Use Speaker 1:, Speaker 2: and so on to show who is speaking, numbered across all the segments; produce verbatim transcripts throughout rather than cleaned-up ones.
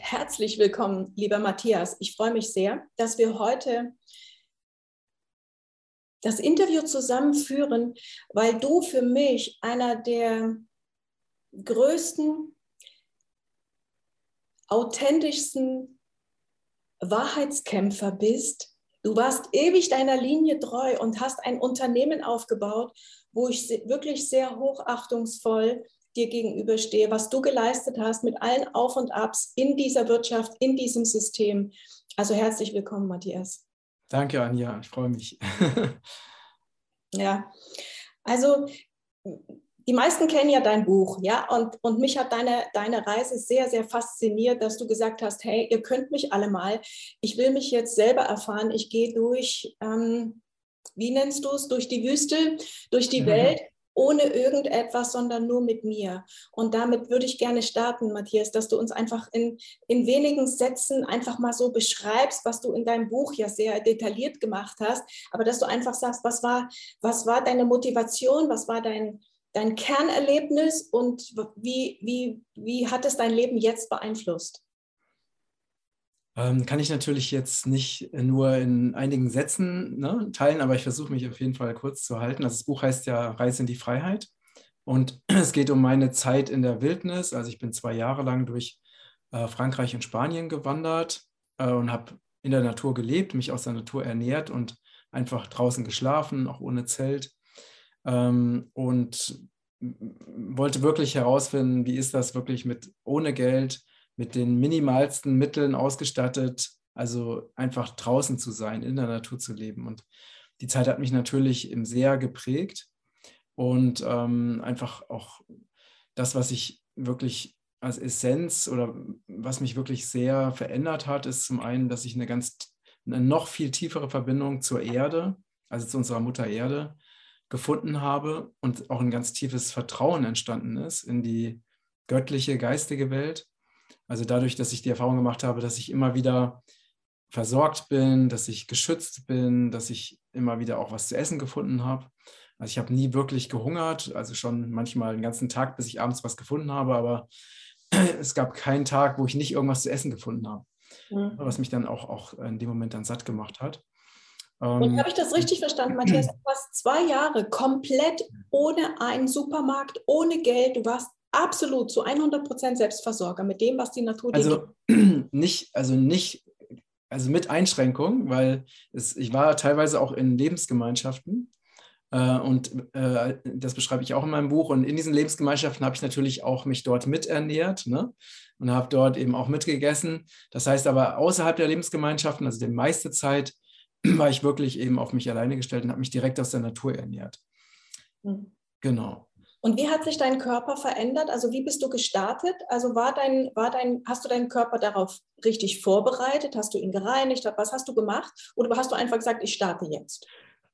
Speaker 1: herzlich willkommen, lieber Matthias. Ich freue mich sehr, dass wir heute das Interview zusammenführen, weil du für mich einer der größten, authentischsten Wahrheitskämpfer bist. Du warst ewig deiner Linie treu und hast ein Unternehmen aufgebaut, wo ich wirklich sehr hochachtungsvoll dir gegenüberstehe, was du geleistet hast mit allen Auf und Abs in dieser Wirtschaft, in diesem System. Also herzlich willkommen, Matthias.
Speaker 2: Danke, Anja, ich freue mich.
Speaker 1: Ja, also die meisten kennen ja dein Buch, ja, und, und mich hat deine, deine Reise sehr, sehr fasziniert, dass du gesagt hast, hey, ihr könnt mich alle mal, ich will mich jetzt selber erfahren, ich gehe durch, ähm, wie nennst du es, durch die Wüste, durch die Welt, ohne irgendetwas, sondern nur mit mir. Und damit würde ich gerne starten, Matthias, dass du uns einfach in, in wenigen Sätzen einfach mal so beschreibst, was du in deinem Buch ja sehr detailliert gemacht hast, aber dass du einfach sagst, was war, was war deine Motivation, was war dein, dein Kernerlebnis und wie, wie, wie hat es dein Leben jetzt beeinflusst?
Speaker 2: Ähm, kann ich natürlich jetzt nicht nur in einigen Sätzen, ne, teilen, aber ich versuche mich auf jeden Fall kurz zu halten. Also das Buch heißt ja Reise in die Freiheit und es geht um meine Zeit in der Wildnis. Also ich bin zwei Jahre lang durch äh, Frankreich und Spanien gewandert äh, und habe in der Natur gelebt, mich aus der Natur ernährt und einfach draußen geschlafen, auch ohne Zelt. Ähm, und wollte wirklich herausfinden, wie ist das wirklich mit ohne Geld, mit den minimalsten Mitteln ausgestattet, also einfach draußen zu sein, in der Natur zu leben. Und die Zeit hat mich natürlich sehr geprägt und ähm, einfach auch das, was ich wirklich als Essenz oder was mich wirklich sehr verändert hat, ist zum einen, dass ich eine ganz, eine noch viel tiefere Verbindung zur Erde, also zu unserer Mutter Erde, gefunden habe und auch ein ganz tiefes Vertrauen entstanden ist in die göttliche, geistige Welt. Also dadurch, dass ich die Erfahrung gemacht habe, dass ich immer wieder versorgt bin, dass ich geschützt bin, dass ich immer wieder auch was zu essen gefunden habe. Also ich habe nie wirklich gehungert, also schon manchmal den ganzen Tag, bis ich abends was gefunden habe, aber es gab keinen Tag, wo ich nicht irgendwas zu essen gefunden habe, mhm. was mich dann auch, auch in dem Moment dann satt gemacht hat.
Speaker 1: Und habe ich das richtig verstanden, Matthias? Du warst zwei Jahre komplett ohne einen Supermarkt, ohne Geld. Du warst absolut zu hundert Prozent Selbstversorger mit dem, was die Natur dir
Speaker 2: also
Speaker 1: gibt.
Speaker 2: Nicht, also nicht, also mit Einschränkung, weil es, ich war teilweise auch in Lebensgemeinschaften äh, und äh, das beschreibe ich auch in meinem Buch. Und in diesen Lebensgemeinschaften habe ich natürlich auch mich dort miternährt, ne? Und habe dort eben auch mitgegessen. Das heißt aber außerhalb der Lebensgemeinschaften, also die meiste Zeit, war ich wirklich eben auf mich alleine gestellt und habe mich direkt aus der Natur ernährt.
Speaker 1: Mhm.
Speaker 2: Genau.
Speaker 1: Und wie hat sich dein Körper verändert? Also wie bist du gestartet? Also war dein, war dein, hast du deinen Körper darauf richtig vorbereitet? Hast du ihn gereinigt? Was hast du gemacht? Oder hast du einfach gesagt, ich starte jetzt?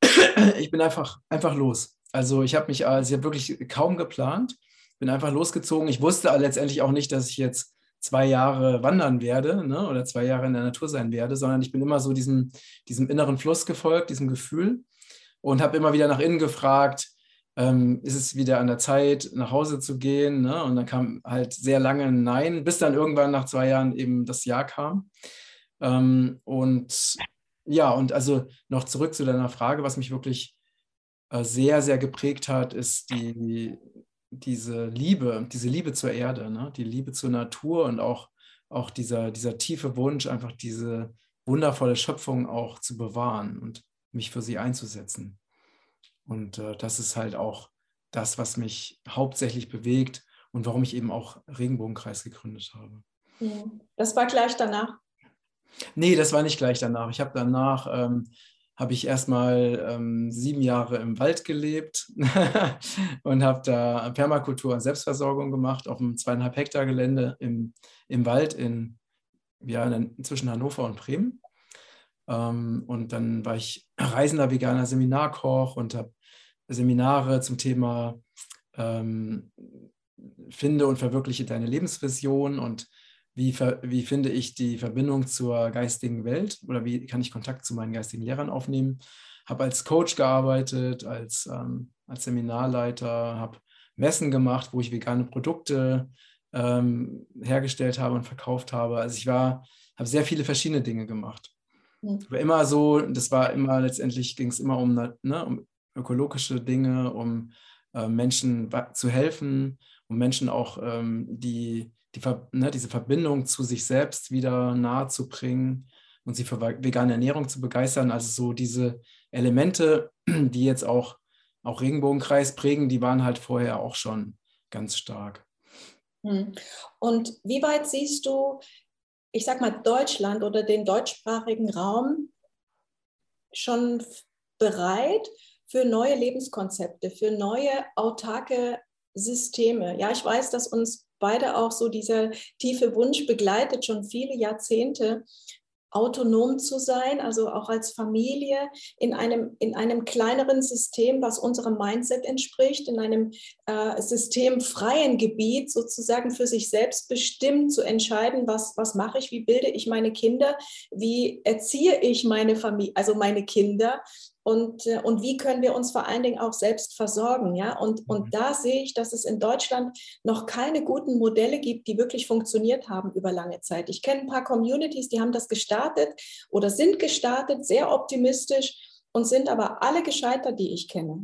Speaker 2: Ich bin einfach, einfach los. Also ich habe mich also ich hab wirklich kaum geplant, bin einfach losgezogen. Ich wusste letztendlich auch nicht, dass ich jetzt zwei Jahre wandern werde, ne, oder zwei Jahre in der Natur sein werde, sondern ich bin immer so diesem, diesem inneren Fluss gefolgt, diesem Gefühl und habe immer wieder nach innen gefragt, ähm, ist es wieder an der Zeit, nach Hause zu gehen? Ne? Und dann kam halt sehr lange ein Nein, bis dann irgendwann nach zwei Jahren eben das Ja kam. Ähm, und ja, und also noch zurück zu deiner Frage, was mich wirklich äh, sehr, sehr geprägt hat, ist die, diese Liebe, diese Liebe zur Erde, ne? Die Liebe zur Natur und auch, auch dieser, dieser tiefe Wunsch, einfach diese wundervolle Schöpfung auch zu bewahren und mich für sie einzusetzen. Und äh, das ist halt auch das, was mich hauptsächlich bewegt und warum ich eben auch Regenbogenkreis gegründet habe.
Speaker 1: Das war gleich danach?
Speaker 2: Nee, das war nicht gleich danach. Ich habe danach, ähm, habe ich erstmal ähm, sieben Jahre im Wald gelebt und habe da Permakultur und Selbstversorgung gemacht auf einem zweieinhalb Hektar Gelände im, im Wald in, ja, in, zwischen Hannover und Bremen. Ähm, und dann war ich reisender veganer Seminarkoch und habe Seminare zum Thema ähm, Finde und verwirkliche deine Lebensvision und wie, wie finde ich die Verbindung zur geistigen Welt oder wie kann ich Kontakt zu meinen geistigen Lehrern aufnehmen. Habe als Coach gearbeitet, als, ähm, als Seminarleiter, habe Messen gemacht, wo ich vegane Produkte ähm, hergestellt habe und verkauft habe. Also ich war, habe sehr viele verschiedene Dinge gemacht.
Speaker 1: Mhm.
Speaker 2: Aber immer so, das war immer, letztendlich ging es immer um, ne, um ökologische Dinge, um äh, Menschen zu helfen, um Menschen auch ähm, die, die, ne, diese Verbindung zu sich selbst wieder nahe zu bringen und sie für vegane Ernährung zu begeistern. Also so diese Elemente, die jetzt auch, auch Regenbogenkreis prägen, die waren halt vorher auch schon ganz stark.
Speaker 1: Mhm. Und wie weit siehst du, ich sag mal, Deutschland oder den deutschsprachigen Raum schon bereit für neue Lebenskonzepte, für neue autarke Systeme? Ja, ich weiß, dass uns beide auch so dieser tiefe Wunsch begleitet, schon viele Jahrzehnte, autonom zu sein, also auch als Familie in einem, in einem kleineren System, was unserem Mindset entspricht, in einem äh, systemfreien Gebiet sozusagen für sich selbst bestimmt zu entscheiden, was, was mache ich, wie bilde ich meine Kinder, wie erziehe ich meine Familie, also meine Kinder. Und, und wie können wir uns vor allen Dingen auch selbst versorgen? Ja? Und, und da sehe ich, dass es in Deutschland noch keine guten Modelle gibt, die wirklich funktioniert haben über lange Zeit. Ich kenne ein paar Communities, die haben das gestartet oder sind gestartet, sehr optimistisch und sind aber alle gescheitert, die ich kenne.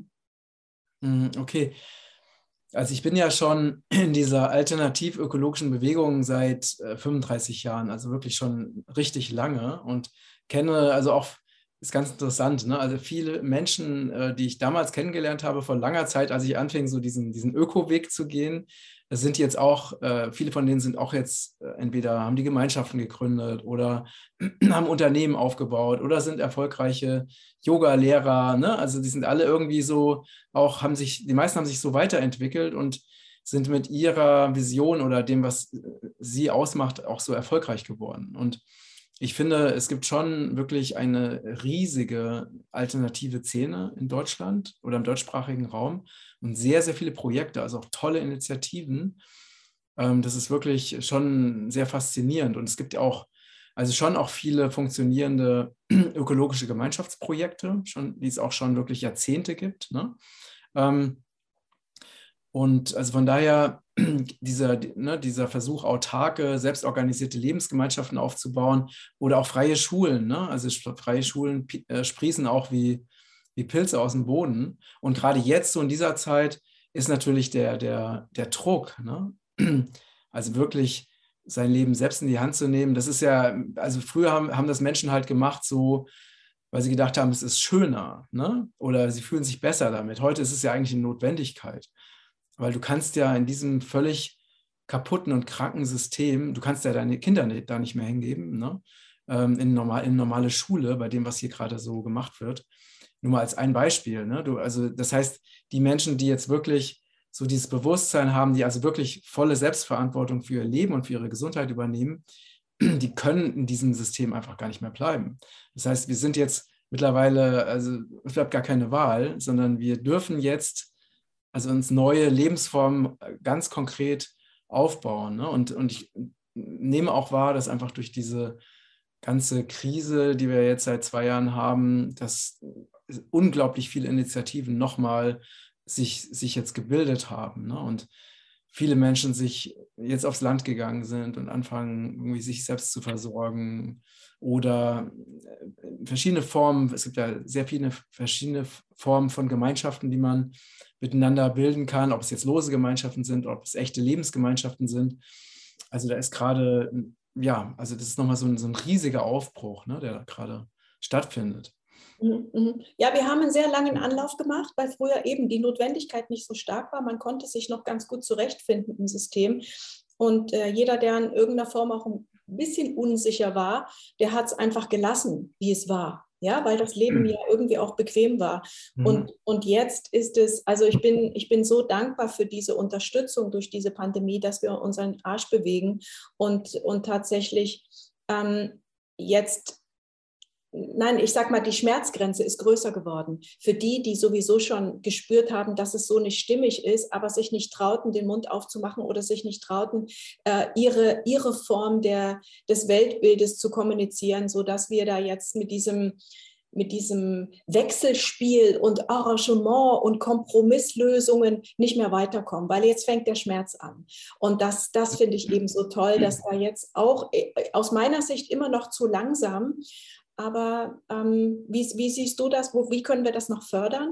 Speaker 2: Okay. Also ich bin ja schon in dieser alternativ-ökologischen Bewegung seit äh, fünfunddreißig Jahren, also wirklich schon richtig lange und kenne also auch, ist ganz interessant, ne? Also viele Menschen, äh, die ich damals kennengelernt habe, vor langer Zeit, als ich anfing, so diesen, diesen Öko-Weg zu gehen, das sind jetzt auch, äh, viele von denen sind auch jetzt, äh, entweder haben die Gemeinschaften gegründet oder haben Unternehmen aufgebaut oder sind erfolgreiche Yoga-Lehrer, ne? Also die sind alle irgendwie so, auch haben sich, die meisten haben sich so weiterentwickelt und sind mit ihrer Vision oder dem, was sie ausmacht, auch so erfolgreich geworden. Und ich finde, es gibt schon wirklich eine riesige alternative Szene in Deutschland oder im deutschsprachigen Raum und sehr, sehr viele Projekte, also auch tolle Initiativen. Das ist wirklich schon sehr faszinierend. Und es gibt ja auch, also schon auch viele funktionierende ökologische Gemeinschaftsprojekte, schon, die es auch schon wirklich Jahrzehnte gibt, ne? Und also von daher, dieser, ne, dieser Versuch, autarke, selbstorganisierte Lebensgemeinschaften aufzubauen oder auch freie Schulen, ne? Also freie Schulen äh, sprießen auch wie, wie Pilze aus dem Boden. Und gerade jetzt, so in dieser Zeit, ist natürlich der, der, der Druck, ne? Also wirklich sein Leben selbst in die Hand zu nehmen. Das ist ja, also früher haben, haben das Menschen halt gemacht, so, weil sie gedacht haben, es ist schöner, ne? Oder sie fühlen sich besser damit. Heute ist es ja eigentlich eine Notwendigkeit. Weil du kannst ja in diesem völlig kaputten und kranken System, du kannst ja deine Kinder nicht, da nicht mehr hingeben, ne? ähm, in, normal, in normale Schule, bei dem, was hier gerade so gemacht wird. Nur mal als ein Beispiel. Ne? Du, also das heißt, die Menschen, die jetzt wirklich so dieses Bewusstsein haben, die also wirklich volle Selbstverantwortung für ihr Leben und für ihre Gesundheit übernehmen, die können in diesem System einfach gar nicht mehr bleiben. Das heißt, wir sind jetzt mittlerweile, also es bleibt gar keine Wahl, sondern wir dürfen jetzt also uns neue Lebensformen ganz konkret aufbauen. Ne? Und, und ich nehme auch wahr, dass einfach durch diese ganze Krise, die wir jetzt seit zwei Jahren haben, dass unglaublich viele Initiativen nochmal sich, sich jetzt gebildet haben. Ne? Und viele Menschen sich jetzt aufs Land gegangen sind und anfangen, irgendwie sich selbst zu versorgen oder verschiedene Formen, es gibt ja sehr viele verschiedene Formen von Gemeinschaften, die man miteinander bilden kann, ob es jetzt lose Gemeinschaften sind, ob es echte Lebensgemeinschaften sind. Also da ist gerade, ja, also das ist nochmal so ein, so ein riesiger Aufbruch, ne, der da gerade stattfindet.
Speaker 1: Ja, wir haben einen sehr langen Anlauf gemacht, weil früher eben die Notwendigkeit nicht so stark war. Man konnte sich noch ganz gut zurechtfinden im System. Und äh, jeder, der in irgendeiner Form auch ein bisschen unsicher war, der hat es einfach gelassen, wie es war. Ja, weil das Leben ja irgendwie auch bequem war. Mhm. Und, und jetzt ist es, also ich bin, ich bin so dankbar für diese Unterstützung durch diese Pandemie, dass wir unseren Arsch bewegen und, und tatsächlich ähm, jetzt Nein, ich sag mal, die Schmerzgrenze ist größer geworden. Für die, die sowieso schon gespürt haben, dass es so nicht stimmig ist, aber sich nicht trauten, den Mund aufzumachen oder sich nicht trauten, äh, ihre, ihre Form der, des Weltbildes zu kommunizieren, sodass wir da jetzt mit diesem, mit diesem Wechselspiel und Arrangement und Kompromisslösungen nicht mehr weiterkommen, weil jetzt fängt der Schmerz an. Und das, das finde ich eben so toll, dass da jetzt auch aus meiner Sicht immer noch zu langsam, aber ähm, wie, wie siehst du das? Wo, wie können wir das noch fördern?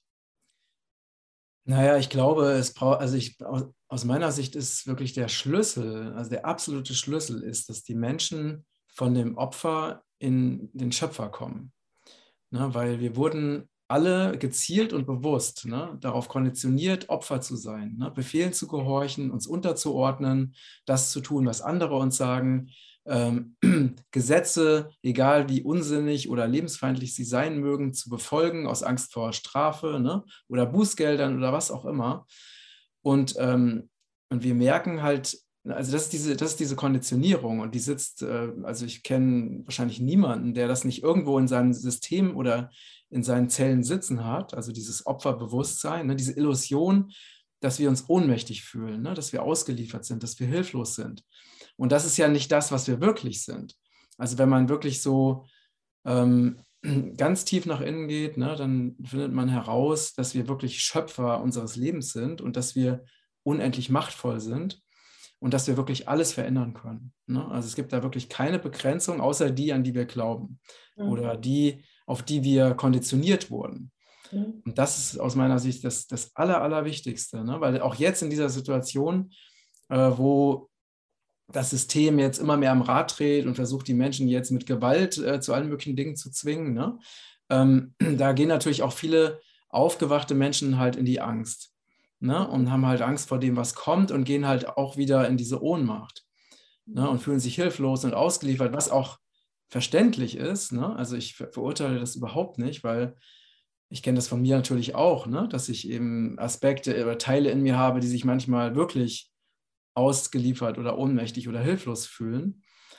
Speaker 2: Naja, ich glaube, es braucht, also ich, aus, aus meiner Sicht ist wirklich der Schlüssel, also der absolute Schlüssel ist, dass die Menschen von dem Opfer in den Schöpfer kommen. Ne, weil wir wurden alle gezielt und bewusst, ne, darauf konditioniert, Opfer zu sein, ne, Befehlen zu gehorchen, uns unterzuordnen, das zu tun, was andere uns sagen, ähm, Gesetze, egal wie unsinnig oder lebensfeindlich sie sein mögen, zu befolgen aus Angst vor Strafe, ne, oder Bußgeldern oder was auch immer. Und, ähm, und wir merken halt, also das ist diese, das ist diese Konditionierung und die sitzt, äh, also ich kenne wahrscheinlich niemanden, der das nicht irgendwo in seinem System oder in seinen Zellen sitzen hat, also dieses Opferbewusstsein, ne, diese Illusion, dass wir uns ohnmächtig fühlen, ne, dass wir ausgeliefert sind, dass wir hilflos sind. Und das ist ja nicht das, was wir wirklich sind. Also wenn man wirklich so ähm, ganz tief nach innen geht, ne, dann findet man heraus, dass wir wirklich Schöpfer unseres Lebens sind und dass wir unendlich machtvoll sind. Und dass wir wirklich alles verändern können. Ne? Also es gibt da wirklich keine Begrenzung, außer die, an die wir glauben mhm. oder die, auf die wir konditioniert wurden. Mhm. Und das ist aus meiner Sicht das, das Aller, Allerwichtigste, ne? Weil auch jetzt in dieser Situation, äh, wo das System jetzt immer mehr am Rad dreht und versucht, die Menschen jetzt mit Gewalt äh, zu allen möglichen Dingen zu zwingen, ne? ähm, da gehen natürlich auch viele aufgewachte Menschen halt in die Angst. Ne, und haben halt Angst vor dem, was kommt und gehen halt auch wieder in diese Ohnmacht, ne, und fühlen sich hilflos und ausgeliefert, was auch verständlich ist. Ne? Also ich ver verurteile das überhaupt nicht, weil ich kenne das von mir natürlich auch, ne, dass ich eben Aspekte oder Teile in mir habe, die sich manchmal wirklich ausgeliefert oder ohnmächtig oder hilflos fühlen.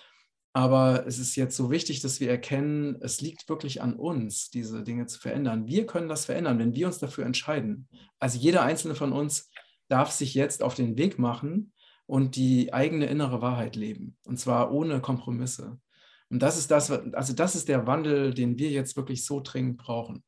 Speaker 2: Aber es ist jetzt so wichtig, dass wir erkennen, es liegt wirklich an uns, diese Dinge zu verändern. Wir können das verändern, wenn wir uns dafür entscheiden. Also jeder Einzelne von uns darf sich jetzt auf den Weg machen und die eigene innere Wahrheit leben. Und zwar ohne Kompromisse. Und das ist das, also das ist der Wandel, den wir jetzt wirklich so dringend brauchen.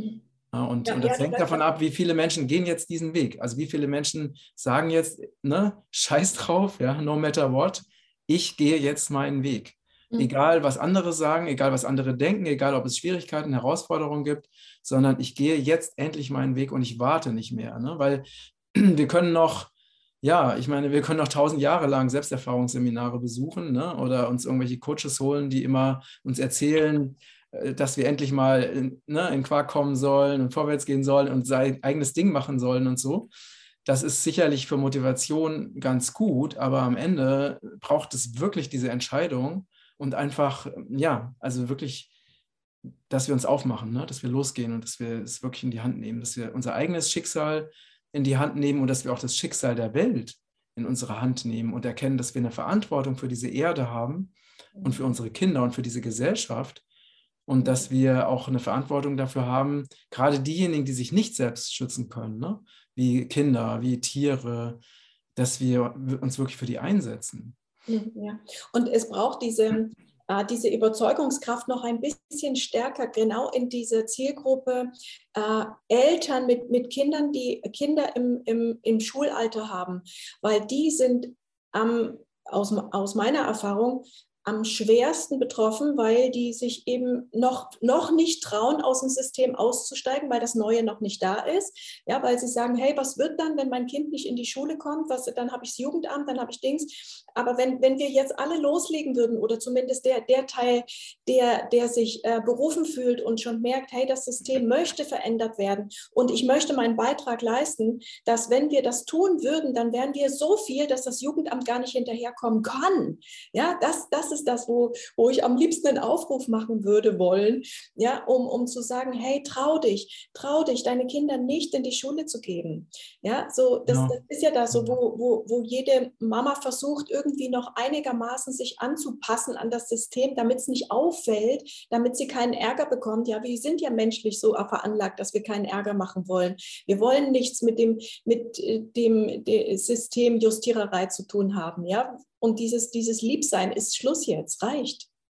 Speaker 2: Ja, und, ja, und das ja, hängt davon ab, wie viele Menschen gehen jetzt diesen Weg. Also wie viele Menschen sagen jetzt, ne, scheiß drauf, ja, no matter what, ich gehe jetzt meinen Weg. Egal, was andere sagen, egal, was andere denken, egal, ob es Schwierigkeiten, Herausforderungen gibt, sondern ich gehe jetzt endlich meinen Weg und ich warte nicht mehr. Ne? Weil wir können noch, ja, ich meine, wir können noch tausend Jahre lang Selbsterfahrungsseminare besuchen, ne? Oder uns irgendwelche Coaches holen, die immer uns erzählen, dass wir endlich mal in, ne, in Quark kommen sollen und vorwärts gehen sollen und sein eigenes Ding machen sollen und so. Das ist sicherlich für Motivation ganz gut, aber am Ende braucht es wirklich diese Entscheidung, und einfach, ja, also wirklich, dass wir uns aufmachen, ne? Dass wir losgehen und dass wir es wirklich in die Hand nehmen, dass wir unser eigenes Schicksal in die Hand nehmen und dass wir auch das Schicksal der Welt in unsere Hand nehmen und erkennen, dass wir eine Verantwortung für diese Erde haben und für unsere Kinder und für diese Gesellschaft und dass wir auch eine Verantwortung dafür haben, gerade diejenigen, die sich nicht selbst schützen können, ne? Wie Kinder, wie Tiere, dass wir uns wirklich für die einsetzen.
Speaker 1: Ja. Und es braucht diese, äh, diese Überzeugungskraft noch ein bisschen stärker, genau in dieser Zielgruppe äh, Eltern mit, mit Kindern, die Kinder im, im, im Schulalter haben, weil die sind ähm, aus, aus meiner Erfahrung am schwersten betroffen, weil die sich eben noch, noch nicht trauen, aus dem System auszusteigen, weil das Neue noch nicht da ist. Ja, weil sie sagen, hey, was wird dann, wenn mein Kind nicht in die Schule kommt? Was, dann habe ich das Jugendamt, dann habe ich Dings. Aber wenn, wenn wir jetzt alle loslegen würden oder zumindest der, der Teil, der, der sich äh, berufen fühlt und schon merkt, hey, das System möchte verändert werden und ich möchte meinen Beitrag leisten, dass wenn wir das tun würden, dann wären wir so viel, dass das Jugendamt gar nicht hinterherkommen kann. Ja, das, das ist das, wo, wo ich am liebsten einen Aufruf machen würde wollen, ja, um, um zu sagen, hey, trau dich, trau dich, deine Kinder nicht in die Schule zu geben. Ja, so, das, ja. das ist ja das, so, wo, wo, wo jede Mama versucht, irgendwie noch einigermaßen sich anzupassen an das System, damit es nicht auffällt, damit sie keinen Ärger bekommt. Ja, wir sind ja menschlich so veranlagt, dass wir keinen Ärger machen wollen. Wir wollen nichts mit dem, mit dem, dem System Justiererei zu tun haben, ja. Und dieses, dieses Liebsein ist Schluss jetzt, reicht.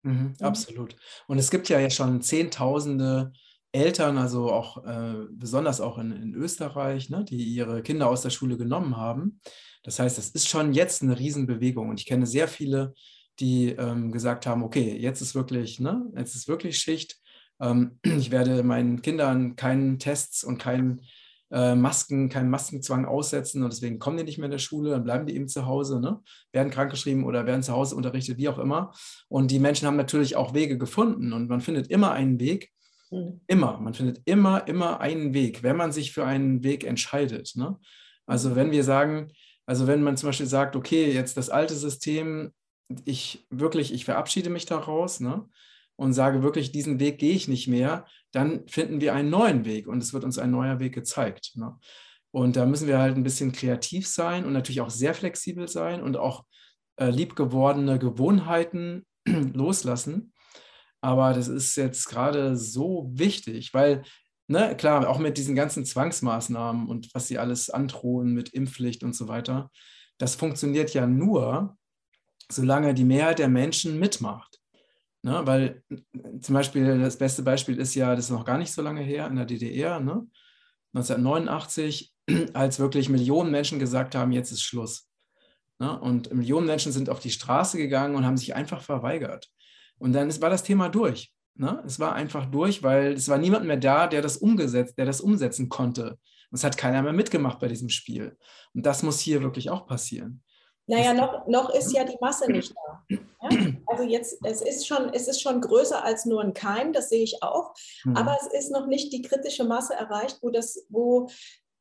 Speaker 2: Mhm, absolut. Und es gibt ja jetzt schon Zehntausende Eltern, also auch äh, besonders auch in, in Österreich, ne, die ihre Kinder aus der Schule genommen haben. Das heißt, das ist schon jetzt eine Riesenbewegung. Und ich kenne sehr viele, die ähm, gesagt haben, okay, jetzt ist wirklich, ne, jetzt ist wirklich Schicht. Ähm, ich werde meinen Kindern keinen Tests und keinen äh, Masken, keinen Maskenzwang aussetzen und deswegen kommen die nicht mehr in der Schule, dann bleiben die eben zu Hause, ne, werden krankgeschrieben oder werden zu Hause unterrichtet, wie auch immer. Und die Menschen haben natürlich auch Wege gefunden und man findet immer einen Weg.
Speaker 1: Mhm.
Speaker 2: Immer. Man findet immer, immer einen Weg, wenn man sich für einen Weg entscheidet. Ne? Also wenn wir sagen, also wenn man zum Beispiel sagt, okay, jetzt das alte System, ich wirklich, ich verabschiede mich daraus, ne? Und sage wirklich, diesen Weg gehe ich nicht mehr, dann finden wir einen neuen Weg und es wird uns ein neuer Weg gezeigt. Ne? Und da müssen wir halt ein bisschen kreativ sein und natürlich auch sehr flexibel sein und auch äh, liebgewordene Gewohnheiten loslassen. Aber das ist jetzt gerade so wichtig, weil, ne, klar, auch mit diesen ganzen Zwangsmaßnahmen und was sie alles androhen mit Impfpflicht und so weiter, das funktioniert ja nur, solange die Mehrheit der Menschen mitmacht. Ne? Weil zum Beispiel das beste Beispiel ist ja, das ist noch gar nicht so lange her, in der D D R, ne? neunzehnhundertneunundachtzig, als wirklich Millionen Menschen gesagt haben, jetzt ist Schluss. Ne? Und Millionen Menschen sind auf die Straße gegangen und haben sich einfach verweigert. Und dann ist, war das Thema durch. Ne? Es war einfach durch, weil es war niemand mehr da, der das umgesetzt, der das umsetzen konnte. Und es hat keiner mehr mitgemacht bei diesem Spiel. Und das muss hier wirklich auch passieren.
Speaker 1: Naja,
Speaker 2: Das,
Speaker 1: noch, noch ist ja die Masse nicht da. Ja? Also jetzt, es ist schon, es ist schon größer als nur ein Keim, das sehe ich auch. Aber
Speaker 2: hm.
Speaker 1: es ist noch nicht die kritische Masse erreicht, wo das, wo,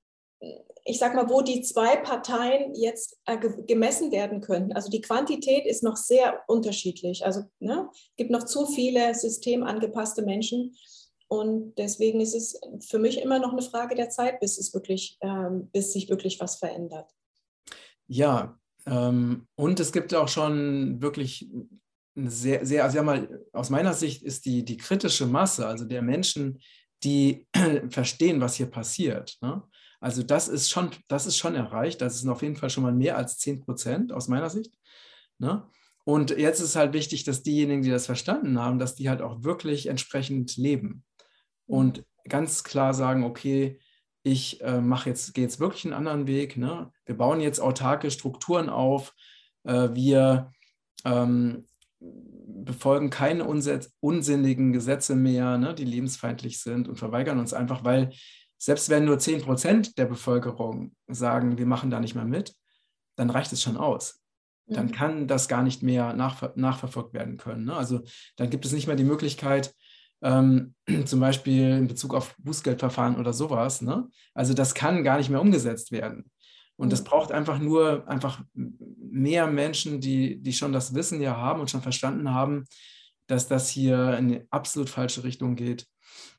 Speaker 1: ich sag mal, wo die zwei Parteien jetzt äh, gemessen werden könnten. Also die Quantität ist noch sehr unterschiedlich. Also ne, es gibt noch zu viele systemangepasste Menschen. Und deswegen ist es für mich immer noch eine Frage der Zeit, bis es wirklich, ähm, bis sich wirklich was verändert.
Speaker 2: Ja, ähm, und es gibt auch schon wirklich eine sehr, sehr, also ja mal, aus meiner Sicht ist die, die kritische Masse, also der Menschen, die verstehen, was hier passiert. Ne? Also das ist schon, das ist schon erreicht. Das ist auf jeden Fall schon mal mehr als zehn Prozent aus meiner Sicht. Ne? Und jetzt ist halt wichtig, dass diejenigen, die das verstanden haben, dass die halt auch wirklich entsprechend leben und ganz klar sagen, okay, ich äh, mache jetzt, gehe jetzt wirklich einen anderen Weg. Ne? Wir bauen jetzt autarke Strukturen auf. Äh, wir ähm, befolgen keine unsinnigen Gesetze mehr, ne, die lebensfeindlich sind und verweigern uns einfach, weil selbst wenn nur zehn Prozent der Bevölkerung sagen, wir machen da nicht mehr mit, dann reicht es schon aus. Dann kann das gar nicht mehr nachver nachverfolgt werden können. Ne? Also dann gibt es nicht mehr die Möglichkeit, ähm, zum Beispiel in Bezug auf Bußgeldverfahren oder sowas. Ne? Also das kann gar nicht mehr umgesetzt werden. Und das braucht einfach nur einfach mehr Menschen, die, die schon das Wissen ja haben und schon verstanden haben, dass das hier in eine absolut falsche Richtung geht.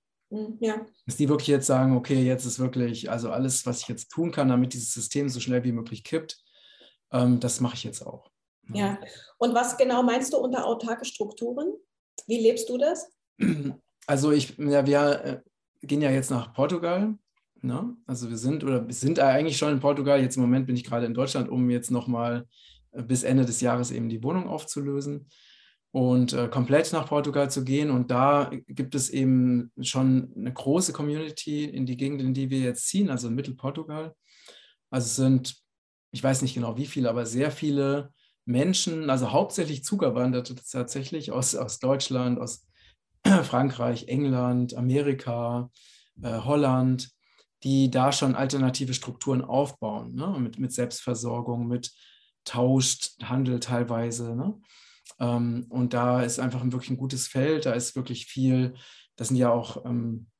Speaker 1: Ja.
Speaker 2: Dass die wirklich jetzt sagen, okay, jetzt ist wirklich, also alles, was ich jetzt tun kann, damit dieses System so schnell wie möglich kippt, ähm, das mache ich jetzt auch. Ja.
Speaker 1: Ja. Und was genau meinst du unter autarke Strukturen? Wie lebst du das?
Speaker 2: Also ich, ja, wir äh, gehen ja jetzt nach Portugal. Ne? Also wir sind oder wir sind eigentlich schon in Portugal. Jetzt im Moment bin ich gerade in Deutschland, um jetzt nochmal äh, bis Ende des Jahres eben die Wohnung aufzulösen und äh, komplett nach Portugal zu gehen. Und da gibt es eben schon eine große Community in die Gegend, in die wir jetzt ziehen, also in Mittelportugal. Also es sind, ich weiß nicht genau wie viele, aber sehr viele Menschen, also hauptsächlich Zugewanderte tatsächlich aus, aus Deutschland, aus Frankreich, England, Amerika, äh, Holland, die da schon alternative Strukturen aufbauen, ne? mit, mit Selbstversorgung, mit Tausch, Handel teilweise. Ne? Ähm, und da ist einfach ein, wirklich ein gutes Feld, da ist wirklich viel, das sind ja auch ähm,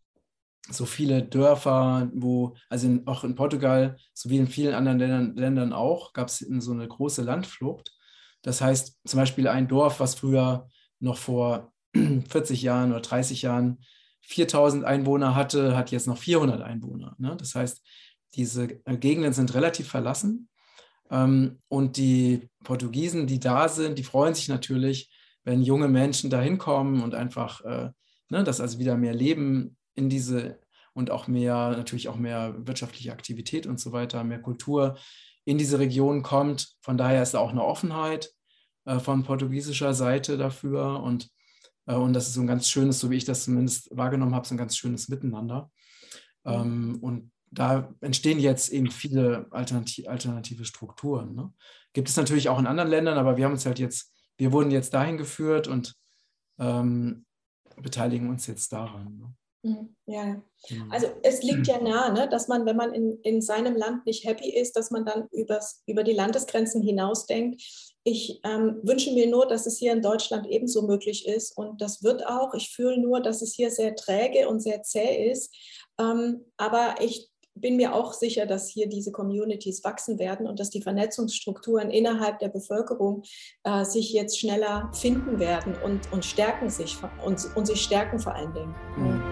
Speaker 2: so viele Dörfer, wo, also in, auch in Portugal, so wie in vielen anderen Ländern, Ländern auch, gab es so eine große Landflucht. Das heißt, zum Beispiel ein Dorf, was früher noch vor vierzig Jahren oder dreißig Jahren viertausend Einwohner hatte, hat jetzt noch vierhundert Einwohner. Ne? Das heißt, diese Gegenden sind relativ verlassen. Ähm, und die Portugiesen, die da sind, die freuen sich natürlich, wenn junge Menschen da hinkommen und einfach, äh, ne, dass also wieder mehr Leben in diese und auch mehr, natürlich auch mehr wirtschaftliche Aktivität und so weiter, mehr Kultur in diese Region kommt. Von daher ist da auch eine Offenheit. äh, von portugiesischer Seite dafür und, äh, und das ist so ein ganz schönes, so wie ich das zumindest wahrgenommen habe, so ein ganz schönes Miteinander. Mhm. Ähm, und da entstehen jetzt eben viele alternativ, alternative Strukturen. Ne? Gibt es natürlich auch in anderen Ländern, aber wir haben uns halt jetzt, wir wurden jetzt dahin geführt und ähm, beteiligen uns jetzt daran.
Speaker 1: Ne? Ja, also es liegt ja nahe, ne, dass man, wenn man in, in seinem Land nicht happy ist, dass man dann übers, über die Landesgrenzen hinausdenkt. Ich ähm, wünsche mir nur, dass es hier in Deutschland ebenso möglich ist und das wird auch. Ich fühle nur, dass es hier sehr träge und sehr zäh ist, ähm, aber ich bin mir auch sicher, dass hier diese Communities wachsen werden und dass die Vernetzungsstrukturen innerhalb der Bevölkerung äh, sich jetzt schneller finden werden und, und stärken sich und, und sich stärken vor allen Dingen.
Speaker 2: Mhm.